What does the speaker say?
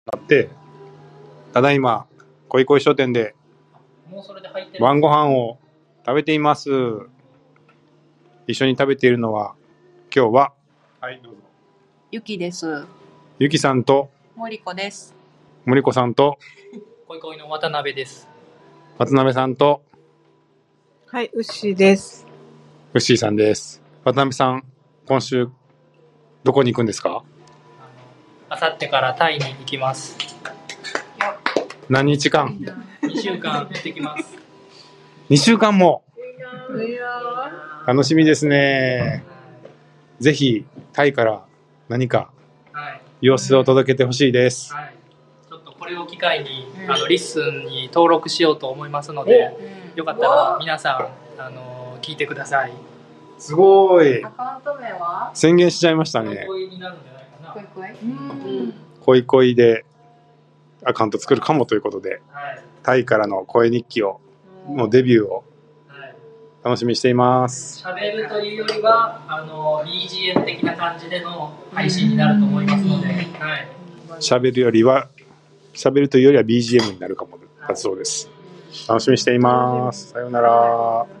あって、ただいま恋恋商店で晩ご飯を食べています。一緒に食べているのは今日は、はい、どうぞ。 ゆきです。 ゆきさんと森子です。 森子さんと恋恋の渡辺です。 渡辺さんと、 はい、うっしーです。 うっしーさんです。渡辺さん、今週どこに行くんですか？ あさってからタイに行きます。 何日間 2週間行ってきます。 2週間も楽しみですね。ぜひタイから何か様子を届けてほしいです。 はい、ちょっとこれを機会にリッスンに登録しようと思いますので、よかったら皆さん聞いてください。 すごい。 アカウント名は宣言しちゃいましたね。 恋恋になるんじゃないかな。 恋恋でアカウント作るかもということで、 はい、 タイからの声日記を、もうデビューを楽しみにしています。 喋るというよりはBGM 的な感じでの配信になると思いますので、はい、 喋るというよりは BGM になるかもだそうです。楽しみにしています。さようなら。